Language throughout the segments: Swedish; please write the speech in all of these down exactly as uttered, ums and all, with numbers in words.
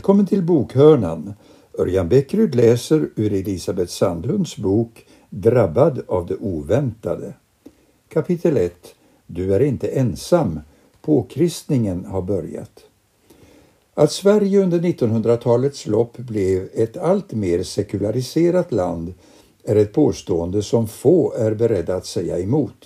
Välkommen till Bokhörnan. Örjan Bäckryd läser ur Elisabeth Sandlunds bok Drabbad av det oväntade. Kapitel ett. Du är inte ensam. Påkristningen har börjat. Att Sverige under nittonhundratalets lopp blev ett allt mer sekulariserat land är ett påstående som få är beredda att säga emot.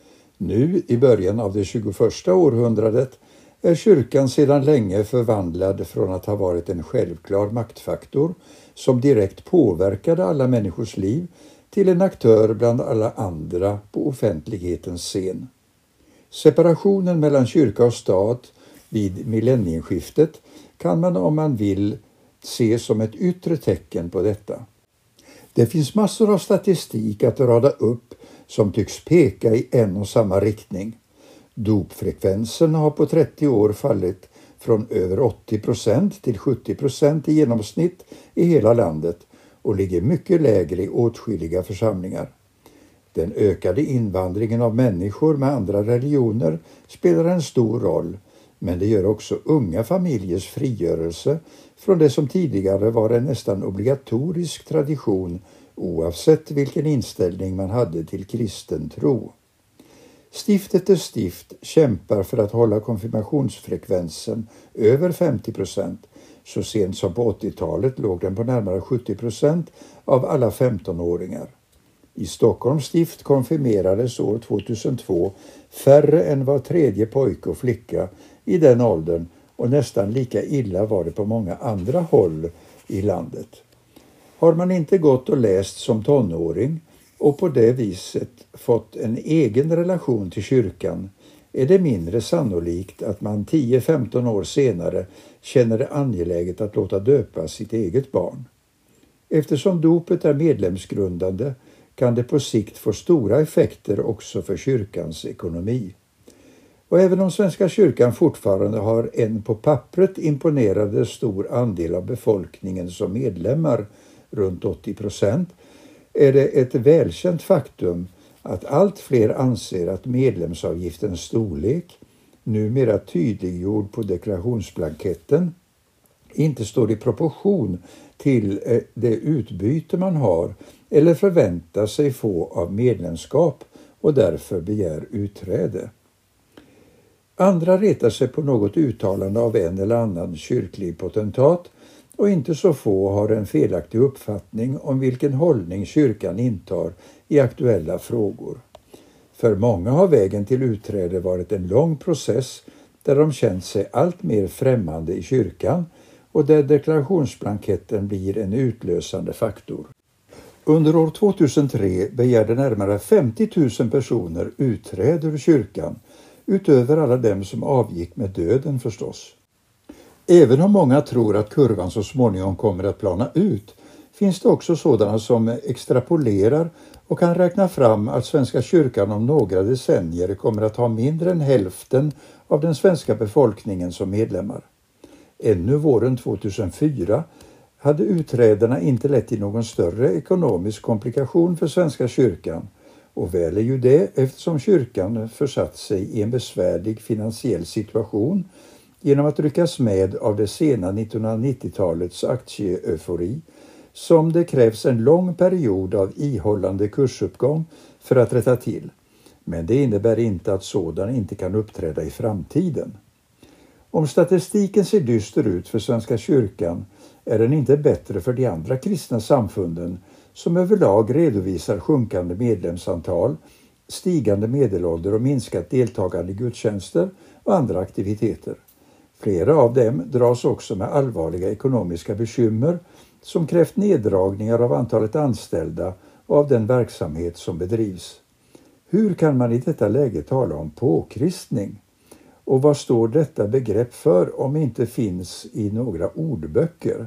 Nu i början av det tjugoförsta århundradet är kyrkan sedan länge förvandlad från att ha varit en självklar maktfaktor som direkt påverkade alla människors liv till en aktör bland alla andra på offentlighetens scen. Separationen mellan kyrka och stat vid millennieskiftet kan man om man vill se som ett yttre tecken på detta. Det finns massor av statistik att rada upp som tycks peka i en och samma riktning. Dopfrekvensen har på trettio år fallit från över åttio procent till sjuttio procent i genomsnitt i hela landet och ligger mycket lägre i åtskilliga församlingar. Den ökade invandringen av människor med andra religioner spelar en stor roll, men det gör också unga familjers frigörelse från det som tidigare var en nästan obligatorisk tradition oavsett vilken inställning man hade till kristen tro. Stift efter stift kämpar för att hålla konfirmationsfrekvensen över femtio procent. Så sent som på åttiotalet låg den på närmare sjuttio procent av alla femtonåringar. I Stockholms stift konfirmerades år tvåtusentvå färre än var tredje pojke och flicka i den åldern och nästan lika illa var det på många andra håll i landet. Har man inte gått och läst som tonåring och på det viset fått en egen relation till kyrkan är det mindre sannolikt att man tio till femton år senare känner det angeläget att låta döpa sitt eget barn. Eftersom dopet är medlemsgrundande kan det på sikt få stora effekter också för kyrkans ekonomi. Och även om Svenska kyrkan fortfarande har en på pappret imponerande stor andel av befolkningen som medlemmar, runt åttio procent, är det ett välkänt faktum att allt fler anser att medlemsavgiftens storlek, numera tydliggjord på deklarationsblanketten, inte står i proportion till det utbyte man har eller förväntar sig få av medlemskap och därför begär utträde. Andra retar sig på något uttalande av en eller annan kyrklig potentat och inte så få har en felaktig uppfattning om vilken hållning kyrkan intar i aktuella frågor. För många har vägen till utträde varit en lång process där de känt sig allt mer främmande i kyrkan och där deklarationsblanketten blir en utlösande faktor. Under år tvåtusentre begärde närmare femtio tusen personer utträde ur kyrkan, utöver alla dem som avgick med döden förstås. Även om många tror att kurvan så småningom kommer att plana ut, finns det också sådana som extrapolerar och kan räkna fram att Svenska kyrkan om några decennier kommer att ha mindre än hälften av den svenska befolkningen som medlemmar. Ännu våren tvåtusenfyra hade utträdarna inte lett till någon större ekonomisk komplikation för Svenska kyrkan, och väl är ju det eftersom kyrkan försatt sig i en besvärlig finansiell situation genom att ryckas med av det sena nittonhundranittiotalets aktieeufori som det krävs en lång period av ihållande kursuppgång för att rätta till. Men det innebär inte att sådan inte kan uppträda i framtiden. Om statistiken ser dyster ut för Svenska kyrkan är den inte bättre för de andra kristna samfunden som överlag redovisar sjunkande medlemsantal, stigande medelålder och minskat deltagande i gudstjänster och andra aktiviteter. Flera av dem dras också med allvarliga ekonomiska bekymmer som krävt neddragningar av antalet anställda och av den verksamhet som bedrivs. Hur kan man i detta läge tala om påkristning? Och vad står detta begrepp för om inte finns i några ordböcker?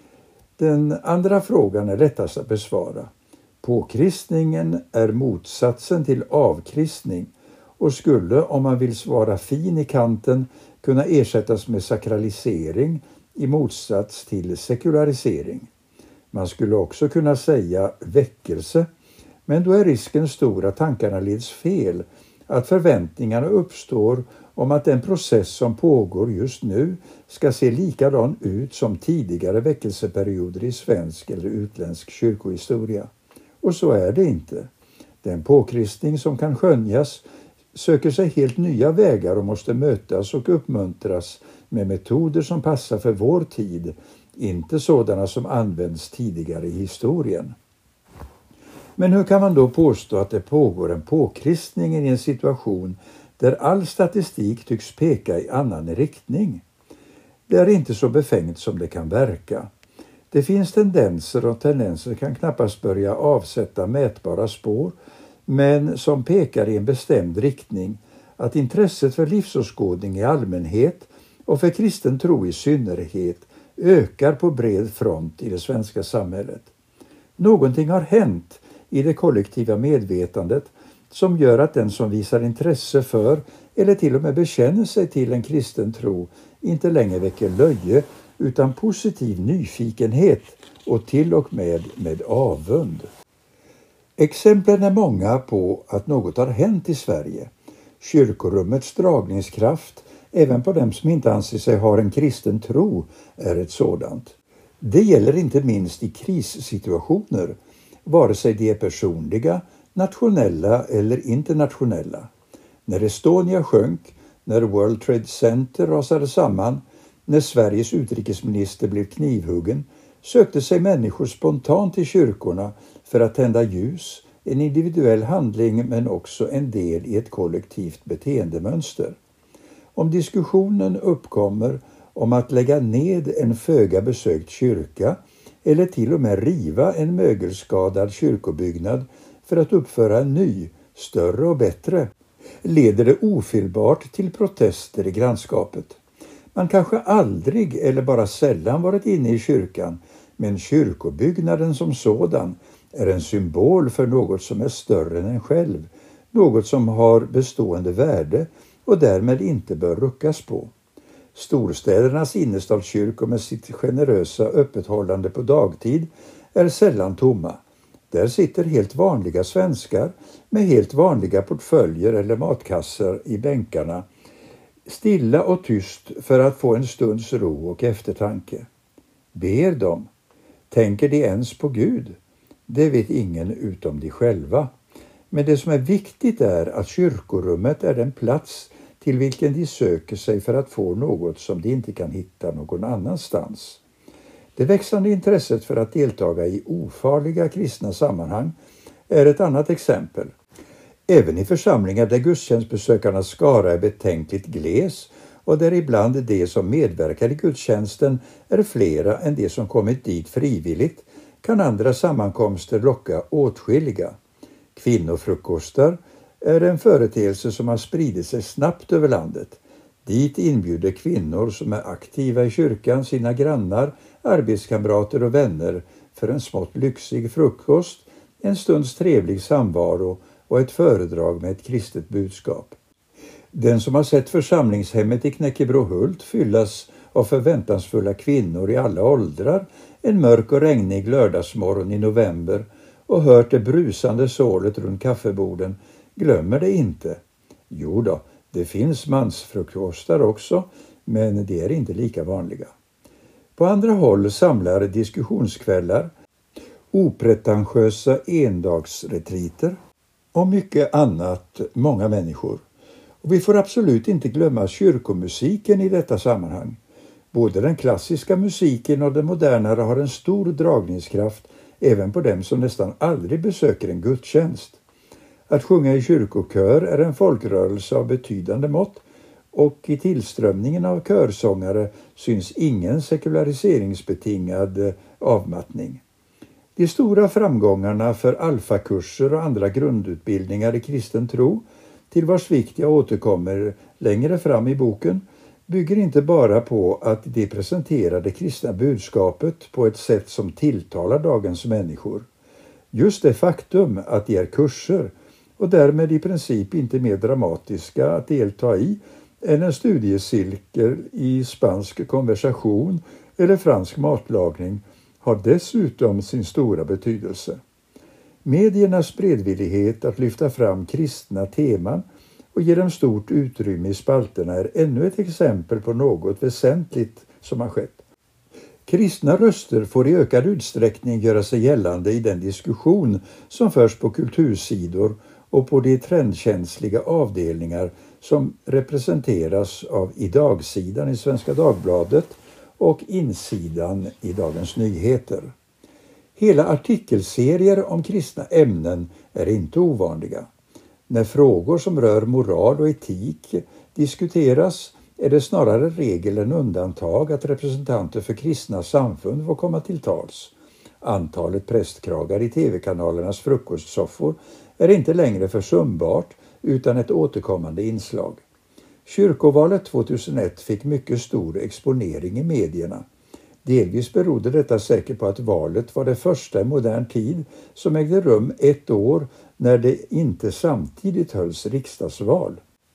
Den andra frågan är lättast att besvara. Påkristningen är motsatsen till avkristning och skulle, om man vill svara fin i kanten, kunna ersättas med sakralisering i motsats till sekularisering. Man skulle också kunna säga väckelse, men då är risken stor att tankarna leds fel, att förväntningarna uppstår om att den process som pågår just nu ska se likadan ut som tidigare väckelseperioder i svensk eller utländsk kyrkohistoria. Och så är det inte. Den påkristning som kan skönjas söker sig helt nya vägar och måste mötas och uppmuntras med metoder som passar för vår tid, inte sådana som används tidigare i historien. Men hur kan man då påstå att det pågår en påkristning i en situation där all statistik tycks peka i annan riktning? Det är inte så befängt som det kan verka. Det finns tendenser och tendenser kan knappast börja avsätta mätbara spår, men som pekar i en bestämd riktning, att intresset för livsåskådning i allmänhet och för kristen tro i synnerhet ökar på bred front i det svenska samhället. Någonting har hänt i det kollektiva medvetandet som gör att den som visar intresse för eller till och med bekänner sig till en kristen tro inte längre väcker löje utan positiv nyfikenhet och till och med med avund. Exemplen är många på att något har hänt i Sverige. Kyrkorummets dragningskraft, även på dem som inte anser sig ha en kristen tro, är ett sådant. Det gäller inte minst i krissituationer, vare sig de är personliga, nationella eller internationella. När Estonia sjönk, när World Trade Center rasade samman, när Sveriges utrikesminister blev knivhuggen, sökte sig människor spontant till kyrkorna för att tända ljus, en individuell handling men också en del i ett kollektivt beteendemönster. Om diskussionen uppkommer om att lägga ned en föga besökt kyrka eller till och med riva en mögelskadad kyrkobyggnad för att uppföra en ny, större och bättre, leder det ofelbart till protester i grannskapet. Man kanske aldrig eller bara sällan varit inne i kyrkan, men kyrkobyggnaden som sådan är en symbol för något som är större än en själv, något som har bestående värde och därmed inte bör ruckas på. Storstädernas innerstadskyrkor med sitt generösa öppethållande på dagtid är sällan tomma. Där sitter helt vanliga svenskar med helt vanliga portföljer eller matkassar i bänkarna, stilla och tyst för att få en stunds ro och eftertanke. Ber de? Tänker de ens på Gud? Det vet ingen utom de själva. Men det som är viktigt är att kyrkorummet är den plats till vilken de söker sig för att få något som de inte kan hitta någon annanstans. Det växande intresset för att deltaga i ofarliga kristna sammanhang är ett annat exempel. Även i församlingar där gudstjänstbesökarnas skara är betänkligt gles och där ibland de som medverkar i gudstjänsten är flera än de som kommit dit frivilligt kan andra sammankomster locka åtskilliga. Kvinnofrukostar är en företeelse som har spridit sig snabbt över landet. Dit inbjuder kvinnor som är aktiva i kyrkan sina grannar, arbetskamrater och vänner för en smått lyxig frukost, en stunds trevlig samvaro och ett föredrag med ett kristet budskap. Den som har sett församlingshemmet i Knäckebrohult fyllas av förväntansfulla kvinnor i alla åldrar en mörk och regnig lördagsmorgon i november och hört det brusande sålet runt kaffeborden glömmer det inte. Jo då, det finns mansfrukostar också, men det är inte lika vanliga. På andra håll samlar diskussionskvällar, opretentiösa endagsretriter och mycket annat många människor. Och vi får absolut inte glömma kyrkomusiken i detta sammanhang. Både den klassiska musiken och den modernare har en stor dragningskraft även på dem som nästan aldrig besöker en gudstjänst. Att sjunga i kyrkokör är en folkrörelse av betydande mått och i tillströmningen av körsångare syns ingen sekulariseringsbetingad avmattning. De stora framgångarna för alfakurser och andra grundutbildningar i kristen tro, till vars vikt jag återkommer längre fram i boken, bygger inte bara på att de presenterar det kristna budskapet på ett sätt som tilltalar dagens människor. Just det faktum att de är kurser och därmed i princip inte mer dramatiska att delta i än en studiecirkel i spansk konversation eller fransk matlagning har dessutom sin stora betydelse. Mediernas beredvillighet att lyfta fram kristna teman och ger dem stort utrymme i spalterna är ännu ett exempel på något väsentligt som har skett. Kristna röster får i ökad utsträckning göra sig gällande i den diskussion som förs på kultursidor och på de trendkänsliga avdelningar som representeras av idagsidan i Svenska Dagbladet och insidan i Dagens Nyheter. Hela artikelserier om kristna ämnen är inte ovanliga. När frågor som rör moral och etik diskuteras är det snarare regel än undantag att representanter för kristna samfund får komma till tals. Antalet prästkragar i tv-kanalernas frukostsoffor är inte längre försumbart utan ett återkommande inslag. Kyrkovalet tjugohundraett fick mycket stor exponering i medierna. Delvis berodde detta säkert på att valet var det första i modern tid som ägde rum ett år när det inte samtidigt hölls riksdagsval.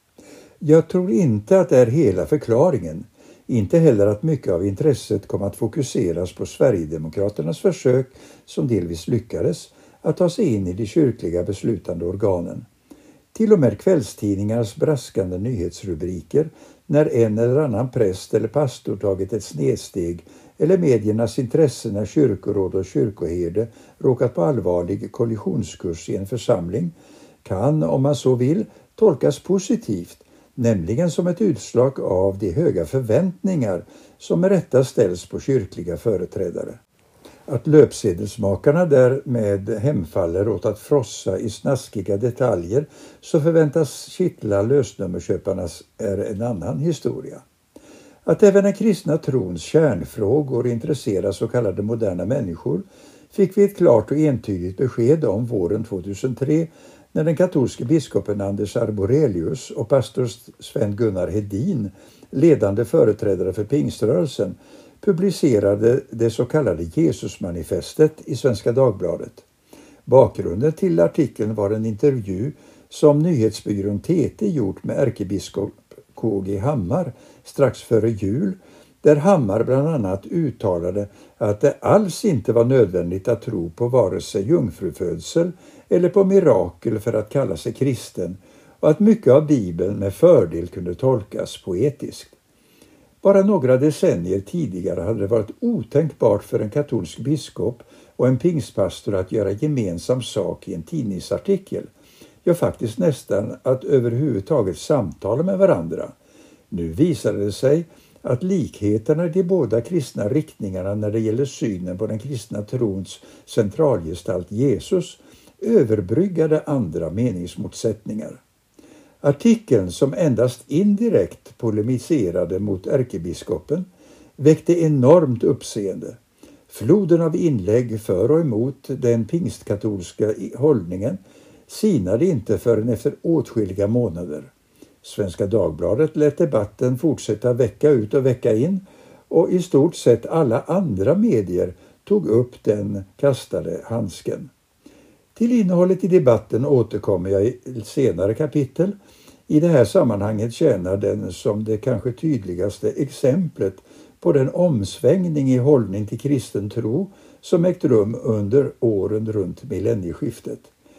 Jag tror inte att det är hela förklaringen. Inte heller att mycket av intresset kom att fokuseras på Sverigedemokraternas försök, som delvis lyckades, att ta sig in i de kyrkliga beslutande organen. Till och med kvällstidningars braskande nyhetsrubriker när en eller annan präst eller pastor tagit ett snedsteg eller mediernas intresse när kyrkoråd och kyrkoherde råkat på allvarlig kollisionskurs i en församling kan, om man så vill, tolkas positivt, nämligen som ett utslag av de höga förväntningar som med rätta ställs på kyrkliga företrädare. Att löpsedelsmakarna därmed hemfaller åt att frossa i snaskiga detaljer så förväntas kittla lösnummerköparnas är en annan historia. Att även den kristna trons kärnfrågor intresserar så kallade moderna människor fick vi ett klart och entydigt besked om våren tjugohundratre när den katolske biskopen Anders Arborelius och pastor Sven Gunnar Hedin, ledande företrädare för pingströrelsen, publicerade det så kallade Jesusmanifestet i Svenska Dagbladet. Bakgrunden till artikeln var en intervju som nyhetsbyrån T T gjort med ärkebiskop K G Hammar strax före jul, där Hammar bland annat uttalade att det alls inte var nödvändigt att tro på vare sig jungfrufödsel eller på mirakel för att kalla sig kristen och att mycket av Bibeln med fördel kunde tolkas poetiskt. Bara några decennier tidigare hade det varit otänkbart för en katolsk biskop och en pingstpastor att göra gemensam sak i en tidningsartikel. Ja, faktiskt nästan att överhuvudtaget samtala med varandra. Nu visade det sig att likheterna i de båda kristna riktningarna när det gäller synen på den kristna trons centralgestalt Jesus överbryggade andra meningsmotsättningar. Artikeln, som endast indirekt polemiserade mot ärkebiskopen, väckte enormt uppseende. Floden av inlägg för och emot den pingstkatolska hållningen sinade inte förrän efter åtskilliga månader. Svenska Dagbladet lät debatten fortsätta vecka ut och vecka in och i stort sett alla andra medier tog upp den kastade handsken. Till innehållet i debatten återkommer jag i senare kapitel. I det här sammanhanget tjänar den som det kanske tydligaste exemplet på den omsvängning i hållning till kristen tro som ägt rum under åren runt millennieskiftet.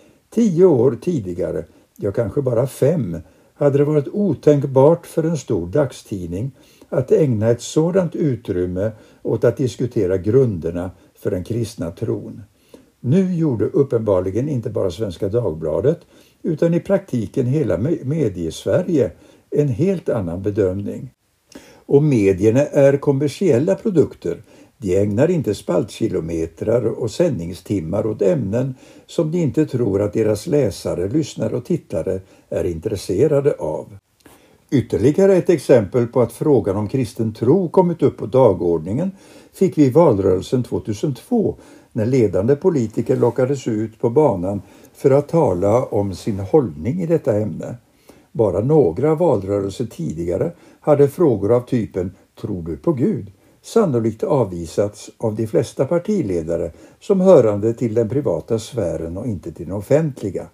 Tio år tidigare, ja kanske bara fem, hade det varit otänkbart för en stor dagstidning att ägna ett sådant utrymme åt att diskutera grunderna för den kristna tron. Nu gjorde uppenbarligen inte bara Svenska Dagbladet utan i praktiken hela mediesverige en helt annan bedömning. Och medierna är kommersiella produkter. De ägnar inte spaltkilometrar och sändningstimmar åt ämnen som de inte tror att deras läsare, lyssnare och tittare är intresserade av. Ytterligare ett exempel på att frågan om kristen tro kommit upp på dagordningen fick vi i valrörelsen tjugohundratvå när ledande politiker lockades ut på banan för att tala om sin hållning i detta ämne. Bara några valrörelser tidigare hade frågor av typen "Tror du på Gud?" sannolikt avvisats av de flesta partiledare som hörande till den privata sfären och inte till den offentliga.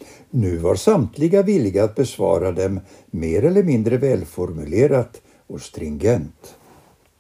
Nu var samtliga villiga att besvara dem mer eller mindre välformulerat och stringent.